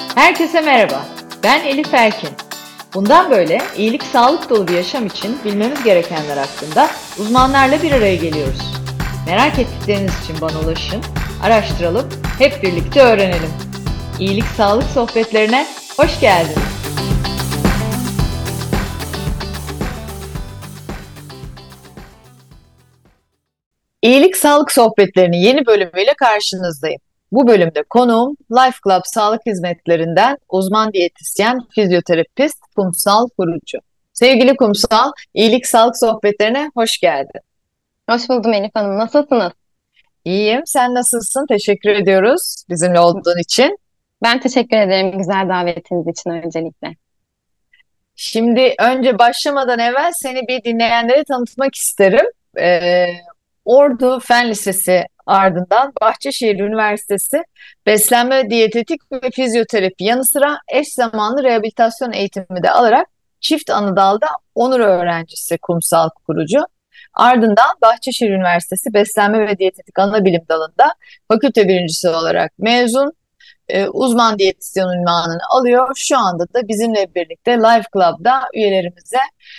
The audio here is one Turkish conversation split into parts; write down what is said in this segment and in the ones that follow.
Herkese merhaba. Ben Elif Erkin. Bundan böyle iyilik, sağlık dolu bir yaşam için bilmemiz gerekenler hakkında uzmanlarla bir araya geliyoruz. Merak ettikleriniz için bana ulaşın, araştıralım, hep birlikte öğrenelim. İyilik, sağlık sohbetlerine hoş geldiniz. İyilik Sağlık Sohbetleri'nin yeni bölümüyle karşınızdayım. Bu bölümde konuğum Life Club Sağlık Hizmetlerinden uzman diyetisyen, fizyoterapist Kumsal Kurucu. Sevgili Kumsal, İyilik Sağlık Sohbetlerine hoş geldin. Hoş buldum Elif Hanım. Nasılsınız? İyiyim, sen nasılsın? Teşekkür ediyoruz bizimle olduğun için. Ben teşekkür ederim güzel davetiniz için öncelikle. Şimdi önce başlamadan evvel seni bir dinleyenlere tanıtmak isterim. Ee, Ordu Fen Lisesi ardından Bahçeşehir Üniversitesi Beslenme, Diyetetik ve Fizyoterapi yanı sıra eş zamanlı rehabilitasyon eğitimi de alarak çift anı dalda onur öğrencisi Kumsal Kurucu. Ardından Bahçeşehir Üniversitesi Beslenme ve Diyetetik Anabilim dalında fakülte birincisi olarak mezun, uzman diyetisyen unvanını alıyor. Şu anda da bizimle birlikte Life Club'da üyelerimize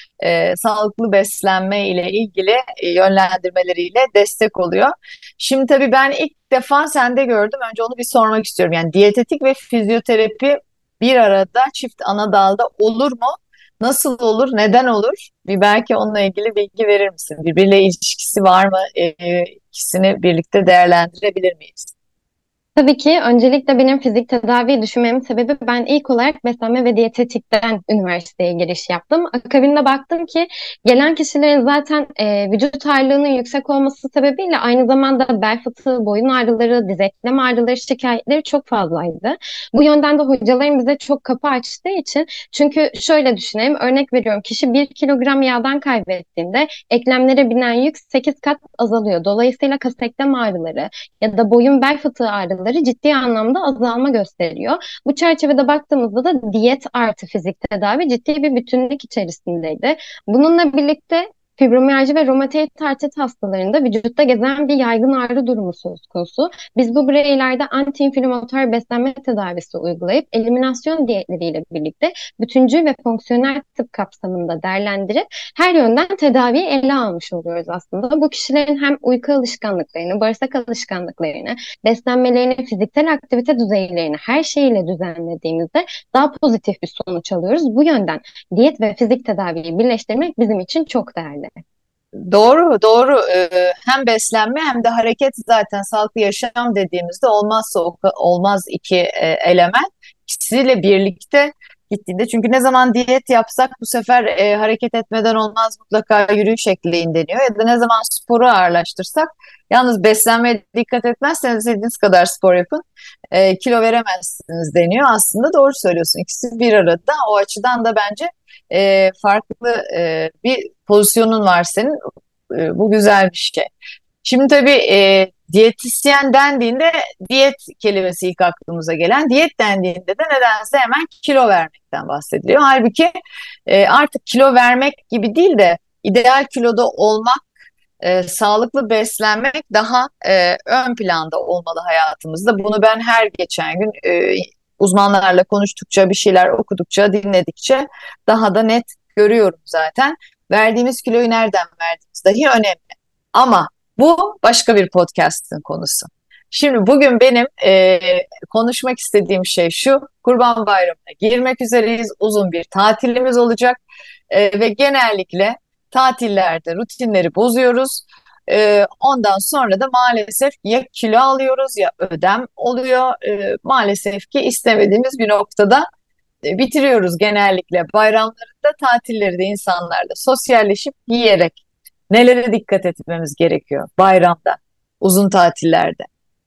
sağlıklı beslenme ile ilgili yönlendirmeleriyle destek oluyor. Şimdi tabii ben ilk defa sende gördüm. Önce onu bir sormak istiyorum. Yani diyetetik ve fizyoterapi bir arada çift ana dalda olur mu? Nasıl olur? Neden olur? Bir belki onunla ilgili bilgi verir misin? Birbiriyle ilişkisi var mı? İkisini birlikte değerlendirebilir miyiz? Tabii ki öncelikle benim fizik tedaviyi düşünmemin sebebi ben ilk olarak beslenme ve diyetetikten üniversiteye giriş yaptım. Akabinde baktım ki gelen kişilerin zaten vücut ağırlığının yüksek olması sebebiyle aynı zamanda bel fıtığı, boyun ağrıları, diz eklem ağrıları şikayetleri çok fazlaydı. Bu yönden de hocalarım bize çok kapı açtığı için çünkü şöyle düşünelim örnek veriyorum kişi 1 kilogram yağdan kaybettiğinde eklemlere binen yük 8 kat azalıyor. Dolayısıyla kas eklem ağrıları ya da boyun bel fıtığı ağrıları ciddi anlamda azalma gösteriyor. Bu çerçevede baktığımızda da diyet artı fizik tedavi ciddi bir bütünlük içerisindeydi. Bununla birlikte fibromiyalji ve romatoid artrit hastalarında vücutta gezen bir yaygın ağrı durumu söz konusu. Biz bu bireylerde anti-inflamatuar beslenme tedavisi uygulayıp eliminasyon diyetleriyle birlikte bütüncül ve fonksiyonel tıp kapsamında değerlendirip her yönden tedaviyi ele almış oluyoruz aslında. Bu kişilerin hem uyku alışkanlıklarını, bağırsak alışkanlıklarını, beslenmelerini, fiziksel aktivite düzeylerini her şeyiyle düzenlediğimizde daha pozitif bir sonuç alıyoruz. Bu yönden diyet ve fizik tedaviyi birleştirmek bizim için çok değerli. Doğru, doğru. Hem beslenme hem de hareket zaten sağlıklı yaşam dediğimizde olmazsa olmaz iki element. İkisiyle birlikte gittiğinde çünkü ne zaman diyet yapsak bu sefer hareket etmeden olmaz mutlaka yürüyüş ekleyin deniyor ya da ne zaman sporu ağırlaştırsak yalnız beslenmeye dikkat etmezseniz istediğiniz kadar spor yapın kilo veremezsiniz deniyor. Aslında doğru söylüyorsun. İkisi bir arada. O açıdan da bence farklı bir pozisyonun var senin. Bu güzel bir şey. Şimdi tabii diyetisyen dendiğinde diyet kelimesi ilk aklımıza gelen. Diyet dendiğinde de nedense hemen kilo vermekten bahsediliyor. Halbuki artık kilo vermek gibi değil de ideal kiloda olmak, sağlıklı beslenmek daha ön planda olmalı hayatımızda. Bunu ben her geçen gün uzmanlarla konuştukça, bir şeyler okudukça, dinledikçe daha da net görüyorum zaten. Verdiğimiz kiloyu nereden verdiğimiz dahi önemli. Ama bu başka bir podcast'ın konusu. Şimdi bugün benim konuşmak istediğim şey şu, Kurban Bayramı'na girmek üzereyiz, uzun bir tatilimiz olacak ve genellikle tatillerde rutinleri bozuyoruz. Ondan sonra da maalesef ya kilo alıyoruz ya ödem oluyor. Maalesef ki istemediğimiz bir noktada bitiriyoruz genellikle. Bayramlarında, tatillerde insanlarla sosyalleşip yiyerek. Nelere dikkat etmemiz gerekiyor bayramda, uzun tatillerde?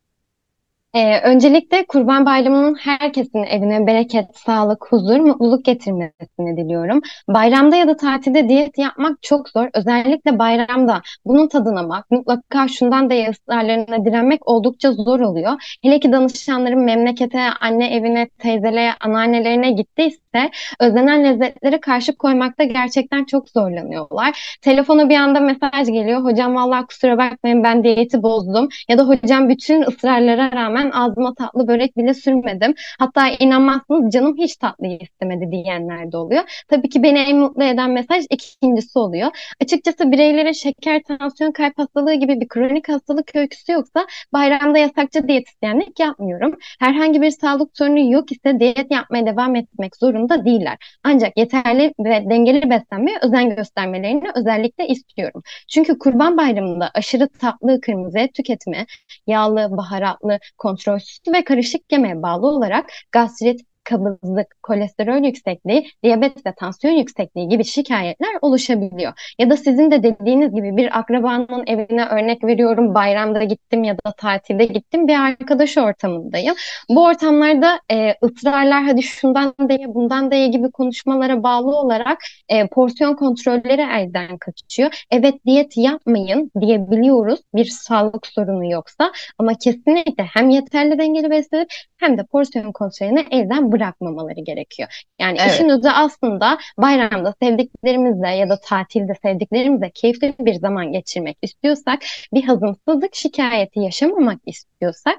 Öncelikle Kurban Bayramı'nın herkesin evine bereket, sağlık, huzur, mutluluk getirmesini diliyorum. Bayramda ya da tatilde diyet yapmak çok zor. Özellikle bayramda bunun tadına bak. Mutlaka şundan da ısrarlarına direnmek oldukça zor oluyor. Hele ki danışanların memlekete, anne evine, teyzelere, anneannelerine gittiyse özlenen lezzetlere karşı koymakta gerçekten çok zorlanıyorlar. Telefona bir anda mesaj geliyor. Hocam vallahi kusura bakmayın ben diyeti bozdum. Ya da hocam bütün ısrarlara rağmen ben ağzıma tatlı börek bile sürmedim. Hatta inanmazsınız canım hiç tatlıyı istemedi diyenler de oluyor. Tabii ki beni en mutlu eden mesaj ikincisi oluyor. Açıkçası bireylerin şeker, tansiyon, kalp hastalığı gibi bir kronik hastalık öyküsü yoksa bayramda yasakçı diyetisyenlik yapmıyorum. Herhangi bir sağlık sorunu yok ise diyet yapmaya devam etmek zorunda değiller. Ancak yeterli ve dengeli beslenmeye özen göstermelerini özellikle istiyorum. Çünkü Kurban Bayramı'nda aşırı tatlı kırmızı et tüketimi, yağlı, baharatlı, kontrolsüz ve karışık yemeğe bağlı olarak gastrit, kabızlık, kolesterol yüksekliği, diyabet ve tansiyon yüksekliği gibi şikayetler oluşabiliyor. Ya da sizin de dediğiniz gibi bir akrabanın evine örnek veriyorum bayramda gittim ya da tatilde gittim bir arkadaş ortamındayım. Bu ortamlarda ısrarlar hadi şundan da ye bundan da ye gibi konuşmalara bağlı olarak porsiyon kontrolleri elden kaçıyor. Evet diyet yapmayın diyebiliyoruz bir sağlık sorunu yoksa ama kesinlikle hem yeterli dengeli beslenip hem de porsiyon kontrolünü elden bırakmamaları gerekiyor. Yani Evet. işin özü aslında bayramda sevdiklerimizle ya da tatilde sevdiklerimizle keyifli bir zaman geçirmek istiyorsak, bir hazımsızlık şikayeti yaşamamak istiyorsak,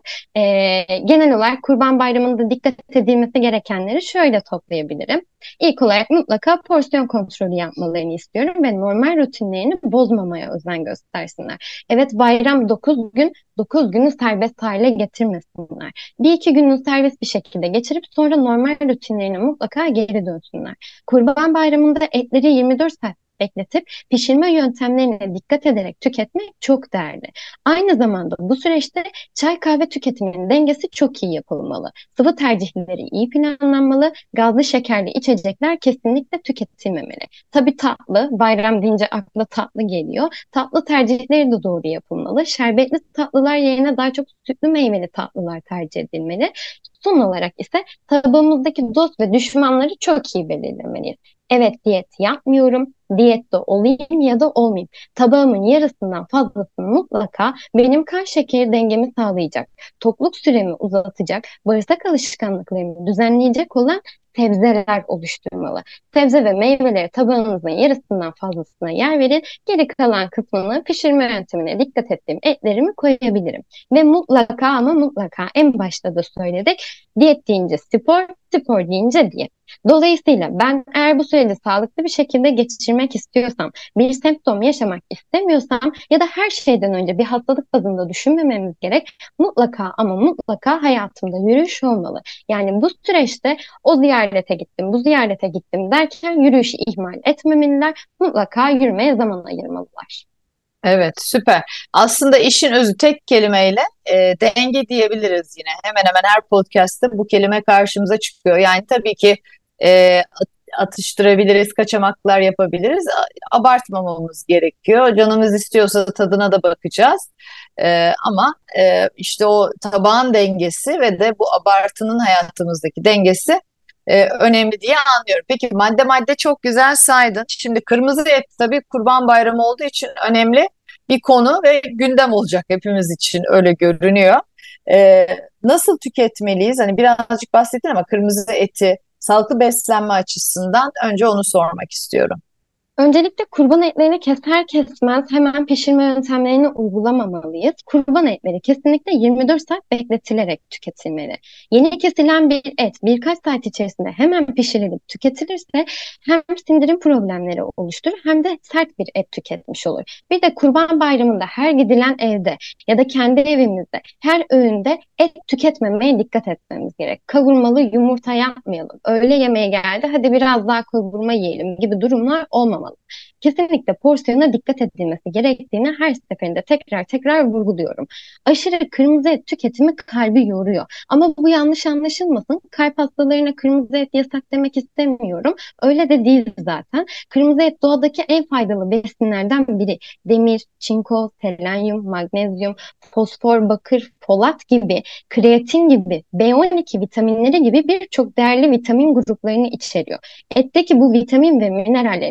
genel olarak Kurban Bayramı'nda dikkat edilmesi gerekenleri şöyle toplayabilirim. İlk olarak mutlaka porsiyon kontrolü yapmalarını istiyorum ve normal rutinlerini bozmamaya özen göstersinler. Evet bayram 9 gün, 9 günü serbest hale getirmesinler. Bir iki günü serbest bir şekilde geçirip sonra normal rutinlerine mutlaka geri dönsünler. Kurban Bayramı'nda etleri 24 saat bekletip pişirme yöntemlerine dikkat ederek tüketmek çok değerli. Aynı zamanda bu süreçte çay kahve tüketiminin dengesi çok iyi yapılmalı. Sıvı tercihleri iyi planlanmalı, gazlı şekerli içecekler kesinlikle tüketilmemeli. Tabii tatlı, bayram deyince akla tatlı geliyor. Tatlı tercihleri de doğru yapılmalı. Şerbetli tatlılar yerine daha çok sütlü meyveli tatlılar tercih edilmeli. Son olarak ise tabağımızdaki dost ve düşmanları çok iyi belirlemeliyiz. Evet diyet yapmıyorum, diyette olayım ya da olmayayım. Tabağımın yarısından fazlasını mutlaka benim kan şekeri dengemi sağlayacak, tokluk süremi uzatacak, bağırsak alışkanlıklarımı düzenleyecek olan sebzeler oluşturmalı. Sebze ve meyveleri tabağınızın yarısından fazlasına yer verin. Geri kalan kısmını pişirme yöntemine dikkat ettiğim etlerimi koyabilirim. Ve mutlaka ama mutlaka en başta da söyledik. Diyet deyince spor, spor deyince diyet. Dolayısıyla ben eğer bu süreci sağlıklı bir şekilde geçirmek istiyorsam, bir semptom yaşamak istemiyorsam ya da her şeyden önce bir hastalık bazında düşünmememiz gerek. Mutlaka ama mutlaka hayatımda yürüyüş olmalı. Yani bu süreçte o ziyarete gittim, bu ziyarete gittim derken yürüyüşü ihmal etmemeliler. Mutlaka yürümeye zaman ayırmalılar. Evet, süper. Aslında işin özü tek kelimeyle denge diyebiliriz yine. Hemen hemen her podcast'te bu kelime karşımıza çıkıyor. Yani tabii ki atıştırabiliriz, kaçamaklar yapabiliriz. Abartmamamız gerekiyor. Canımız istiyorsa tadına da bakacağız. Ama işte o tabağın dengesi ve de bu abartının hayatımızdaki dengesi önemli diye anlıyorum. Peki madde madde çok güzel saydın. Şimdi kırmızı et tabii Kurban Bayramı olduğu için önemli bir konu ve gündem olacak hepimiz için öyle görünüyor. Ee, Nasıl tüketmeliyiz? Hani birazcık bahsettin ama kırmızı eti sağlıklı beslenme açısından önce onu sormak istiyorum. Öncelikle kurban etlerini keser kesmez hemen pişirme yöntemlerini uygulamamalıyız. Kurban etleri kesinlikle 24 saat bekletilerek tüketilmeli. Yeni kesilen bir et birkaç saat içerisinde hemen pişirilip tüketilirse hem sindirim problemleri oluşturur hem de sert bir et tüketmiş olur. Bir de Kurban Bayramı'nda her gidilen evde ya da kendi evimizde her öğünde et tüketmemeye dikkat etmemiz gerek. Kavurmalı yumurta yapmayalım. Öğle yemeğe geldi hadi biraz daha kavurma yiyelim gibi durumlar olmamalı. Kesinlikle porsiyona dikkat edilmesi gerektiğini her seferinde tekrar tekrar vurguluyorum. Aşırı kırmızı et tüketimi kalbi yoruyor. Ama bu yanlış anlaşılmasın. Kalp hastalarına kırmızı et yasak demek istemiyorum. Öyle de değil zaten. Kırmızı et doğadaki en faydalı besinlerden biri. Demir, çinko, selenyum, magnezyum, fosfor, bakır, folat gibi, kreatin gibi, B12 vitaminleri gibi birçok değerli vitamin gruplarını içeriyor. Etteki bu vitamin ve minerallerin hepsini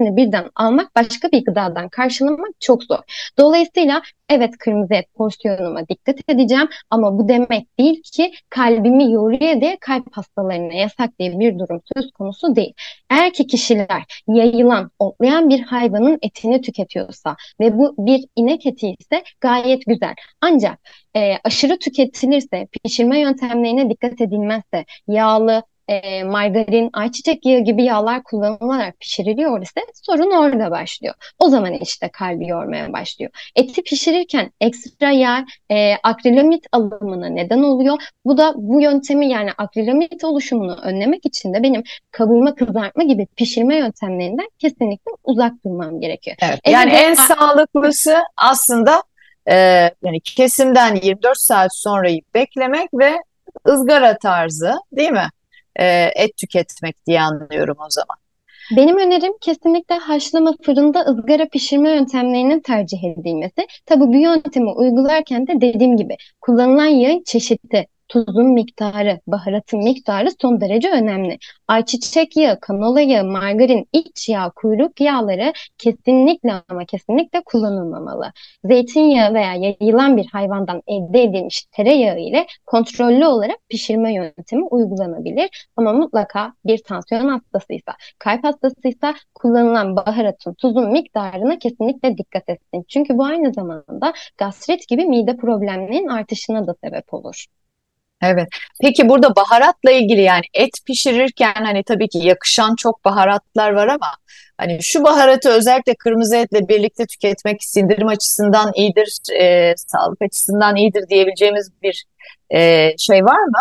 hepsini birden almak, başka bir gıdadan karşılamak çok zor. Dolayısıyla evet, kırmızı et porsiyonuma dikkat edeceğim ama bu demek değil ki kalbimi yoruyor diye kalp hastalarına yasak diye bir durum söz konusu değil. Eğer ki kişiler yayılan, otlayan bir hayvanın etini tüketiyorsa ve bu bir inek eti ise gayet güzel. Ancak aşırı tüketilirse, pişirme yöntemlerine dikkat edilmezse, yağlı, margarin, ayçiçek yağı gibi yağlar kullanılarak pişiriliyor ise sorun orada başlıyor. O zaman işte kalbi yormaya başlıyor. Eti pişirirken ekstra yağ akrilamit alımına neden oluyor. Bu da bu yöntemi, yani akrilamit oluşumunu önlemek için de benim kavurma, kızartma gibi pişirme yöntemlerinden kesinlikle uzak durmam gerekiyor. Evet. Yani Evde en sağlıklısı aslında e, yani kesimden 24 saat sonrayı beklemek ve ızgara tarzı, değil mi? Et tüketmek diye anlıyorum o zaman. Benim önerim kesinlikle haşlama, fırında, ızgara pişirme yöntemlerinin tercih edilmesi. Tabii bu yöntemi uygularken de dediğim gibi kullanılan yağın çeşidi, tuzun miktarı, baharatın miktarı son derece önemli. Ayçiçek yağı, kanola yağı, margarin, iç yağ, kuyruk yağları kesinlikle ama kesinlikle kullanılmamalı. Zeytinyağı veya yayılan bir hayvandan elde edilmiş tereyağı ile kontrollü olarak pişirme yöntemi uygulanabilir. Ama mutlaka bir tansiyon hastasıysa, kalp hastasıysa kullanılan baharatın, tuzun miktarına kesinlikle dikkat etsin. Çünkü bu aynı zamanda gastrit gibi mide problemlerinin artışına da sebep olur. Evet. Peki burada baharatla ilgili, yani et pişirirken hani tabii ki yakışan çok baharatlar var ama hani şu baharatı özellikle kırmızı etle birlikte tüketmek sindirim açısından iyidir, sağlık açısından iyidir diyebileceğimiz bir şey var mı?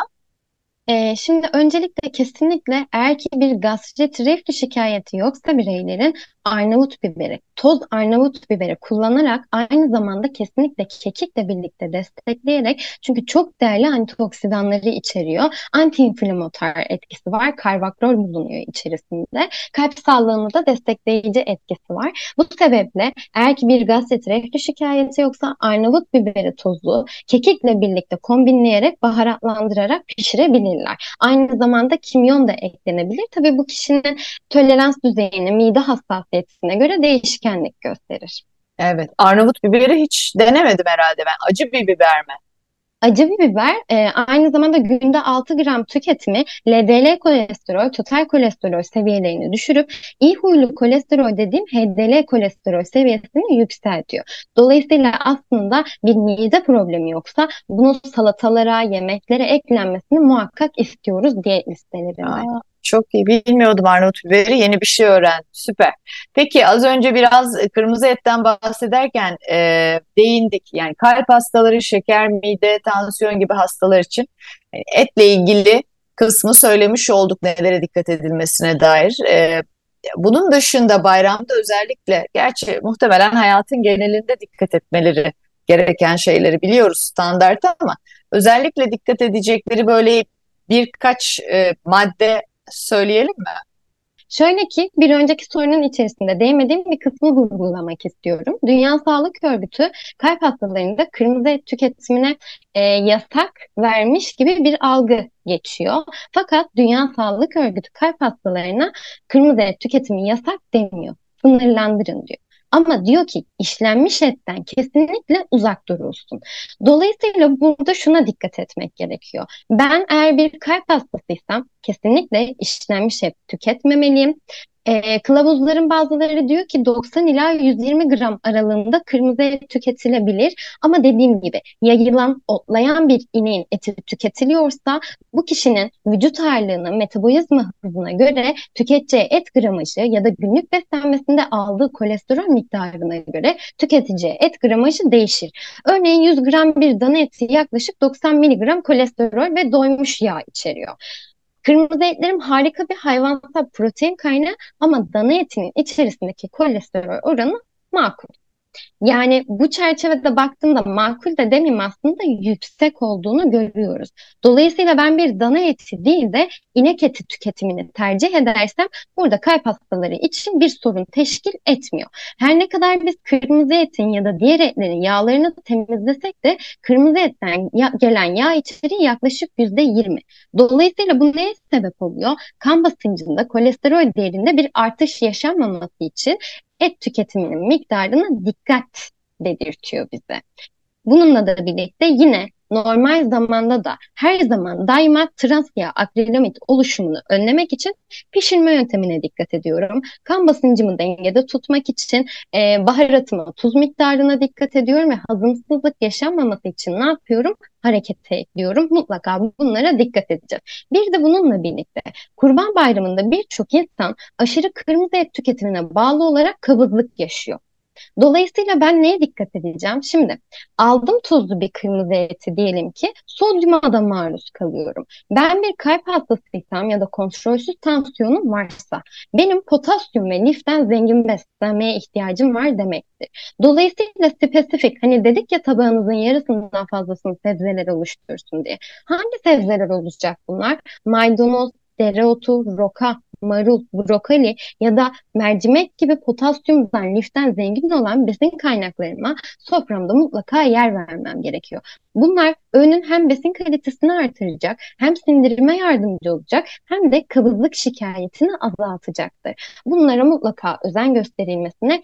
Şimdi öncelikle kesinlikle eğer ki bir gastrit reflü şikayeti yoksa bireylerin Arnavut biberi, toz Arnavut biberi kullanarak, aynı zamanda kesinlikle kekikle birlikte destekleyerek, çünkü çok değerli antioksidanları içeriyor. Antiinflamatuar etkisi var. Karvakrol bulunuyor içerisinde. Kalp sağlığını da destekleyici etkisi var. Bu sebeple eğer ki bir gastrit reflü şikayeti yoksa Arnavut biberi tozu kekikle birlikte kombinleyerek, baharatlandırarak pişirebilirler. Aynı zamanda kimyon da eklenebilir. Tabii bu kişinin tolerans düzeyine, mide hassasiyetine göre değişkenlik gösterir. Evet. Arnavut biberi hiç denemedim herhalde ben. Acı bir biber mi? Acı bir biber aynı zamanda günde 6 gram tüketimi LDL kolesterol, total kolesterol seviyelerini düşürüp iyi huylu kolesterol dediğim HDL kolesterol seviyesini yükseltiyor. Dolayısıyla aslında bir mide problemi yoksa bunun salatalara, yemeklere eklenmesini muhakkak istiyoruz diyet listelerinde. Aa, çok iyi. Bilmiyordum Arnavut biberi. Yeni bir şey öğrendim. Süper. Peki az önce biraz kırmızı etten bahsederken değindik. Yani kalp hastaları, şeker, mide, tansiyon gibi hastalar için etle ilgili kısmı söylemiş olduk, nelere dikkat edilmesine dair. Bunun dışında bayramda özellikle, gerçi muhtemelen hayatın genelinde dikkat etmeleri gereken şeyleri biliyoruz standart ama özellikle dikkat edecekleri böyle birkaç madde söyleyelim mi? Şöyle ki, bir önceki sorunun içerisinde değmediğim bir kısmı vurgulamak istiyorum. Dünya Sağlık Örgütü kalp hastalarında kırmızı et tüketimine yasak vermiş gibi bir algı geçiyor. Fakat Dünya Sağlık Örgütü kalp hastalarına kırmızı et tüketimi yasak demiyor. Sınırlandırın diyor. Ama diyor ki işlenmiş etten kesinlikle uzak durulsun. Dolayısıyla burada şuna dikkat etmek gerekiyor. Ben eğer bir kalp hastasıysam kesinlikle işlenmiş et tüketmemeliyim. Kılavuzların bazıları diyor ki 90 ila 120 gram aralığında kırmızı et tüketilebilir. Ama dediğim gibi yayılan, otlayan bir ineğin eti tüketiliyorsa bu kişinin vücut ağırlığına, metabolizma hızına göre tüketeceği et gramajı ya da günlük beslenmesinde aldığı kolesterol miktarına göre tüketeceği et gramajı değişir. Örneğin 100 gram bir dana eti yaklaşık 90 miligram kolesterol ve doymuş yağ içeriyor. Kırmızı etlerim harika bir hayvansal protein kaynağı ama dana etinin içerisindeki kolesterol oranı makul. Yani bu çerçevede baktığımda makul de demeyeyim aslında yüksek olduğunu görüyoruz. Dolayısıyla ben bir dana eti değil de inek eti tüketimini tercih edersem burada kalp hastaları için bir sorun teşkil etmiyor. Her ne kadar biz kırmızı etin ya da diğer etlerin yağlarını temizlesek de kırmızı etten gelen yağ içeriği yaklaşık %20. Dolayısıyla bu neye sebep oluyor? Kan basıncında, kolesterol değerinde bir artış yaşanmaması için et tüketiminin miktarına dikkat belirtiyor bize. Bununla da birlikte yine normal zamanda da her zaman daima trans yağ akrilamit oluşumunu önlemek için pişirme yöntemine dikkat ediyorum. Kan basıncımı dengede tutmak için baharatıma, tuz miktarına dikkat ediyorum ve hazımsızlık yaşanmaması için ne yapıyorum? Harekete ekliyorum. Mutlaka bunlara dikkat edeceğiz. Bir de bununla birlikte Kurban Bayramı'nda birçok insan aşırı kırmızı et tüketimine bağlı olarak kabızlık yaşıyor. Dolayısıyla ben neye dikkat edeceğim? Şimdi aldım tuzlu bir kırmızı eti diyelim ki sodyuma da maruz kalıyorum. Ben bir kalp hastasıysam ya da kontrolsüz tansiyonum varsa benim potasyum ve liften zengin beslenmeye ihtiyacım var demektir. Dolayısıyla spesifik hani dedik ya tabağınızın yarısından fazlasını sebzeler oluştursun diye. Hangi sebzeler olacak bunlar? Maydanoz, dereotu, roka, marul, brokoli ya da mercimek gibi potasyumdan, liften zengin olan besin kaynaklarıma soframda mutlaka yer vermem gerekiyor. Bunlar öğünün hem besin kalitesini artıracak, hem sindirime yardımcı olacak, hem de kabızlık şikayetini azaltacaktır. Bunlara mutlaka özen gösterilmesine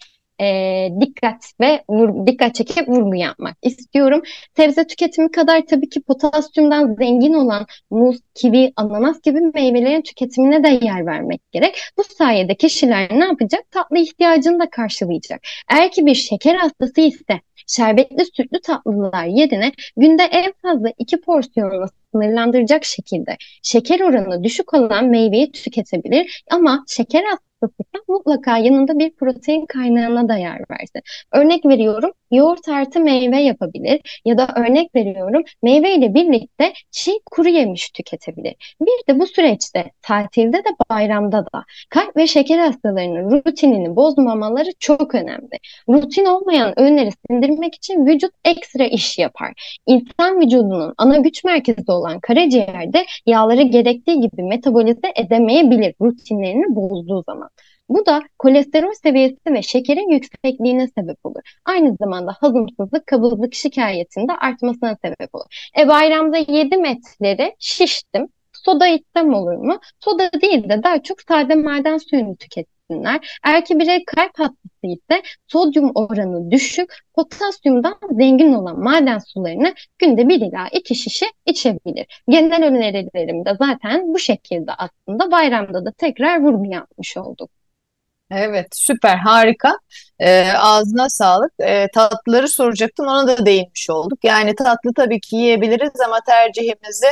dikkat ve dikkat çekip vurgu yapmak istiyorum. Sebze tüketimi kadar tabii ki potasyumdan zengin olan muz, kivi, ananas gibi meyvelerin tüketimine de yer vermek gerek. Bu sayede kişiler ne yapacak? Tatlı ihtiyacını da karşılayacak. Eğer ki bir şeker hastası ise şerbetli sütlü tatlılar yerine günde en fazla 2 porsiyonla sınırlandıracak şekilde şeker oranı düşük olan meyveyi tüketebilir ama şeker hastasıysa mutlaka yanında bir protein kaynağına da yer versin. Örnek veriyorum yoğurt artı meyve yapabilir ya da örnek veriyorum meyve ile birlikte çiğ kuru yemiş tüketebilir. Bir de bu süreçte tatilde de bayramda da kalp ve şeker hastalarının rutinini bozmamaları çok önemli. Rutin olmayan öğünleri sindirmek için vücut ekstra iş yapar. İnsan vücudunun ana güç merkezi olan karaciğerde yağları gerektiği gibi metabolize edemeyebilir rutinlerini bozduğu zaman. Bu da kolesterol seviyesi ve şekerin yüksekliğine sebep olur. Aynı zamanda hazımsızlık, kabızlık şikayetinde artmasına sebep olur. Bayramda yedim etleri, şiştim. Soda içsem olur mu? Soda değil de daha çok sade maden suyunu tüketsinler. Eğer ki birey kalp hastası ise sodyum oranı düşük, potasyumdan zengin olan maden sularını günde 1 ila 2 şişe içebilir. Genel önerilerim de zaten bu şekilde aslında bayramda da tekrar vurgu yapmış olduk. Evet, süper, harika. Ağzına sağlık. Tatlıları soracaktım, ona da değinmiş olduk. Yani tatlı tabii ki yiyebiliriz ama tercihimizi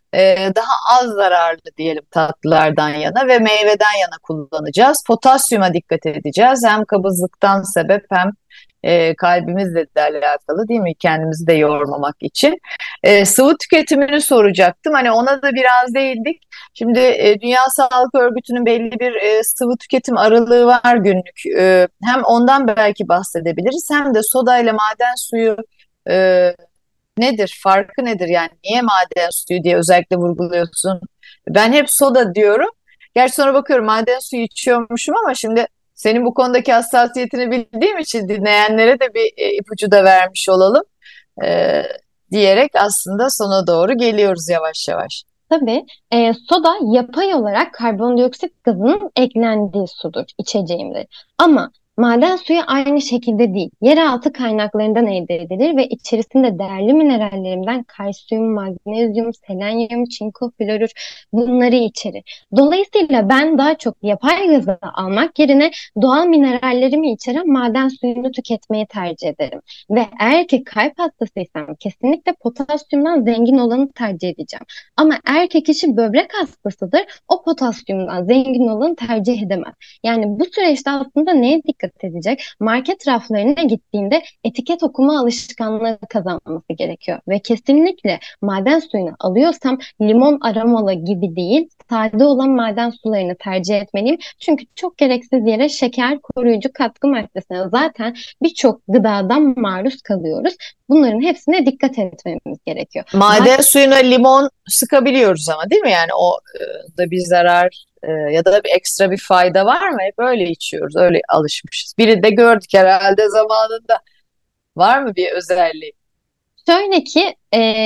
daha az zararlı diyelim tatlılardan yana ve meyveden yana kullanacağız. Potasyuma dikkat edeceğiz. Hem kabızlıktan sebep hem kalbimizle de alakalı değil mi? Kendimizi de yormamak için. Sıvı tüketimini soracaktım. Hani ona da biraz değindik. Şimdi Dünya Sağlık Örgütü'nün belli bir sıvı tüketim aralığı var günlük. Hem ondan belki bahsedebiliriz hem de soda ile maden suyu e, nedir? Farkı nedir yani? Niye maden suyu diye özellikle vurguluyorsun? Ben hep soda diyorum. Gerçi sonra bakıyorum maden suyu içiyormuşum ama şimdi senin bu konudaki hassasiyetini bildiğim için dinleyenlere de bir ipucu da vermiş olalım. E, diyerek aslında sona doğru geliyoruz yavaş yavaş. Tabii soda yapay olarak karbondioksit gazının eklendiği sudur, içeceğimdir. Ama maden suyu aynı şekilde değil. Yeraltı kaynaklarından elde edilir ve içerisinde değerli minerallerimden kalsiyum, magnezyum, selenyum, çinko, florür bunları içerir. Dolayısıyla ben daha çok yapay gazı almak yerine doğal minerallerimi içeren maden suyunu tüketmeyi tercih ederim. Ve eğer ki kalp hastasıysam kesinlikle potasyumdan zengin olanı tercih edeceğim. Ama erkek kişi böbrek hastasıdır. O potasyumdan zengin olanı tercih edemez. Yani bu süreçte aslında neye dikkat dikkat edecek. Market raflarına gittiğinde etiket okuma alışkanlığı kazanması gerekiyor. Ve kesinlikle maden suyunu alıyorsam limon aromalı gibi değil, sade olan maden sularını tercih etmeliyim. Çünkü çok gereksiz yere şeker, koruyucu katkı maddesine zaten birçok gıdadan maruz kalıyoruz. Bunların hepsine dikkat etmemiz gerekiyor. Maden suyuna limon sıkabiliyoruz ama, değil mi? Yani o da bir zarar ya da bir ekstra bir fayda var mı? Hep öyle içiyoruz, öyle alışmışız. Biri de gördük herhalde zamanında. Var mı bir özelliği? Şöyle ki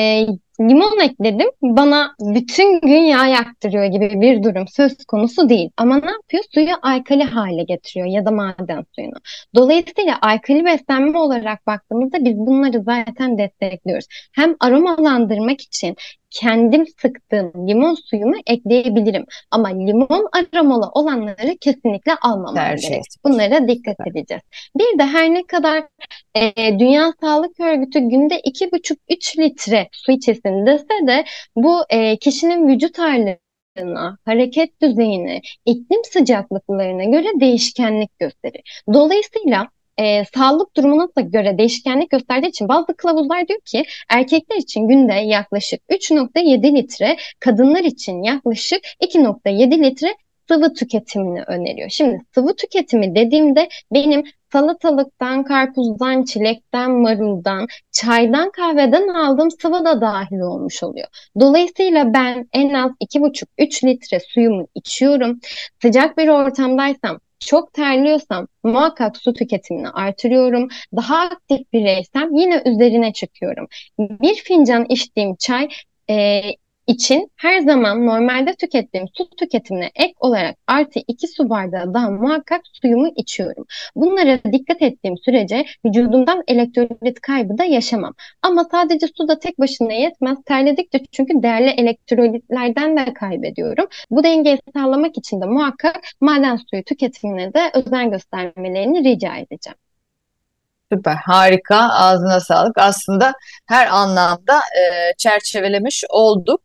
limon ekledim bana bütün gün yağ yaktırıyor gibi bir durum söz konusu değil. Ama ne yapıyor? Suyu alkali hale getiriyor ya da maden suyunu. Dolayısıyla alkali beslenme olarak baktığımızda biz bunları zaten destekliyoruz. Hem aromalandırmak için kendim sıktığım limon suyumu ekleyebilirim. Ama limon aromalı olanları kesinlikle almamam Tercih gerek. etmiyoruz. Bunlara dikkat edeceğiz. Bir de her ne kadar Dünya Sağlık Örgütü günde 2,5-3 litre su içesin dese de bu kişinin vücut ağırlığına, hareket düzeyine, iklim sıcaklıklarına göre değişkenlik gösterir. Dolayısıyla sağlık durumuna da göre değişkenlik gösterdiği için bazı kılavuzlar diyor ki erkekler için günde yaklaşık 3,7 litre, kadınlar için yaklaşık 2,7 litre sıvı tüketimini öneriyor. Şimdi sıvı tüketimi dediğimde benim salatalıktan, karpuzdan, çilekten, maruldan, çaydan, kahveden aldığım sıvı da dahil olmuş oluyor. Dolayısıyla ben en az 2,5-3 litre suyumu içiyorum. Sıcak bir ortamdaysam, çok terliyorsam muhakkak su tüketimini artırıyorum. Daha aktif bireysem yine üzerine çıkıyorum. Bir fincan içtiğim çay e, için her zaman normalde tükettiğim su tüketimine ek olarak artı 2 su bardağı daha muhakkak suyumu içiyorum. Bunlara dikkat ettiğim sürece vücudumdan elektrolit kaybı da yaşamam. Ama sadece su da tek başına yetmez. Terledikçe çünkü değerli elektrolitlerden de kaybediyorum. Bu dengeyi sağlamak için de muhakkak maden suyu tüketimine de özen göstermelerini rica edeceğim. Süper, harika, ağzına sağlık. Aslında her anlamda çerçevelemiş olduk.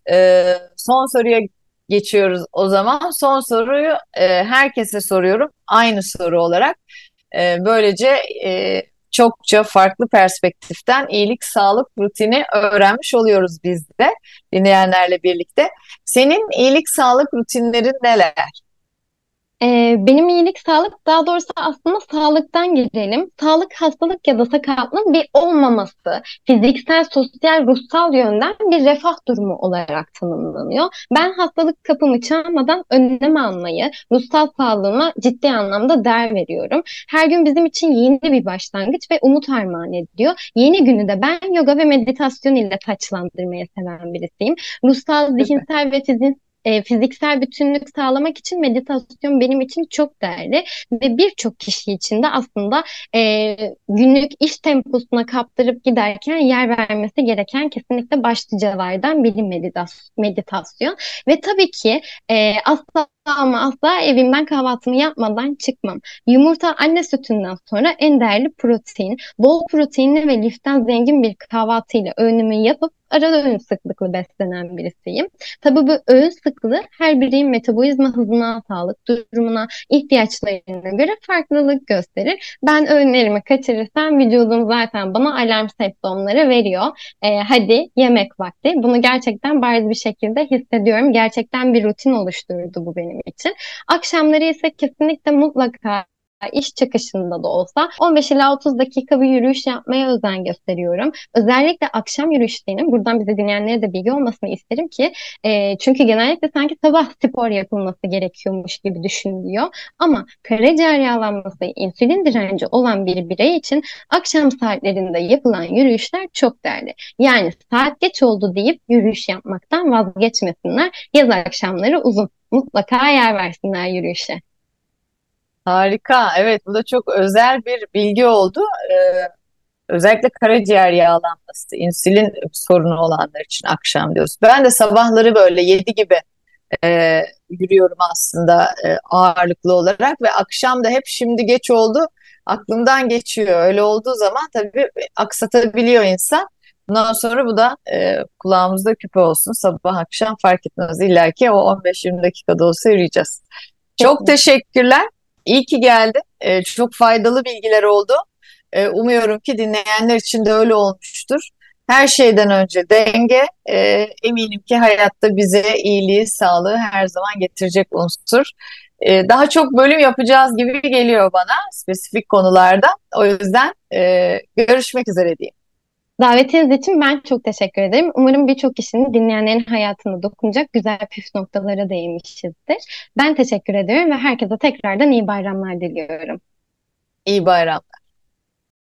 Son soruya geçiyoruz o zaman. Son soruyu herkese soruyorum, aynı soru olarak. Böylece çokça farklı perspektiften iyilik sağlık rutini öğrenmiş oluyoruz biz de dinleyenlerle birlikte. Senin iyilik sağlık rutinlerin neler? Benim iyilik sağlık daha doğrusu aslında sağlıktan girelim. Sağlık hastalık ya da sakatlığın bir olmaması fiziksel, sosyal, ruhsal yönden bir refah durumu olarak tanımlanıyor. Ben hastalık kapımı çalmadan önlem almayı, ruhsal sağlığıma ciddi anlamda değer veriyorum. Her gün bizim için yeni bir başlangıç ve umut armağan ediyor. Yeni günü de ben yoga ve meditasyon ile taçlandırmayı seven birisiyim. Ruhsal, Süper. zihinsel ve fiziksel bütünlük sağlamak için meditasyon benim için çok değerli ve birçok kişi için de aslında günlük iş temposuna kaptırıp giderken yer vermesi gereken kesinlikle başlıcalardan biri meditasyon ve tabii ki asla ama asla evimden kahvaltımı yapmadan çıkmam. Yumurta anne sütünden sonra en değerli protein. Bol proteinli ve liften zengin bir kahvaltıyla öğünümü yapıp ara öğün sıklıklı beslenen birisiyim. Tabii bu öğün sıklığı her bireyin metabolizma hızına, sağlık durumuna, ihtiyaçlarına göre farklılık gösterir. Ben öğünlerimi kaçırırsam vücudum zaten bana alarm semptomları veriyor. Hadi yemek vakti. Bunu gerçekten bariz bir şekilde hissediyorum. Gerçekten bir rutin oluşturdu bu benim için. Akşamları ise kesinlikle mutlaka iş çıkışında da olsa 15 ila 30 dakika bir yürüyüş yapmaya özen gösteriyorum. Özellikle akşam yürüyüşlerinin buradan bize dinleyenlere de bilgi olmasını isterim ki çünkü genellikle sanki sabah spor yapılması gerekiyormuş gibi düşünülüyor. Ama karaciğer yağlanması, insülin direnci olan bir birey için akşam saatlerinde yapılan yürüyüşler çok değerli. Yani saat geç oldu deyip yürüyüş yapmaktan vazgeçmesinler. Yaz akşamları uzun. Mutlaka yer versinler yürüyüşe. Harika. Evet, bu da çok özel bir bilgi oldu. Özellikle karaciğer yağlanması, insülin sorunu olanlar için akşam diyoruz. Ben de sabahları böyle 7 gibi yürüyorum aslında ağırlıklı olarak ve akşam da hep şimdi geç oldu aklımdan geçiyor. Öyle olduğu zaman tabii aksatabiliyor insan. Bundan sonra bu da kulağımızda küpe olsun. Sabah akşam fark etmez. İlla ki o 15-20 dakikada olsa yürüyeceğiz. Çok Kesinlikle. teşekkürler. İyi ki geldin. Çok faydalı bilgiler oldu. Umuyorum ki dinleyenler için de öyle olmuştur. Her şeyden önce denge, eminim ki hayatta bize iyiliği, sağlığı her zaman getirecek unsur. Daha çok bölüm yapacağız gibi geliyor bana spesifik konularda. O yüzden görüşmek üzere diyeyim. Davetiniz için ben çok teşekkür ederim. Umarım birçok kişinin, dinleyenlerin hayatına dokunacak güzel püf noktalara değinmişizdir. Ben teşekkür ediyorum ve herkese tekrardan iyi bayramlar diliyorum. İyi bayram.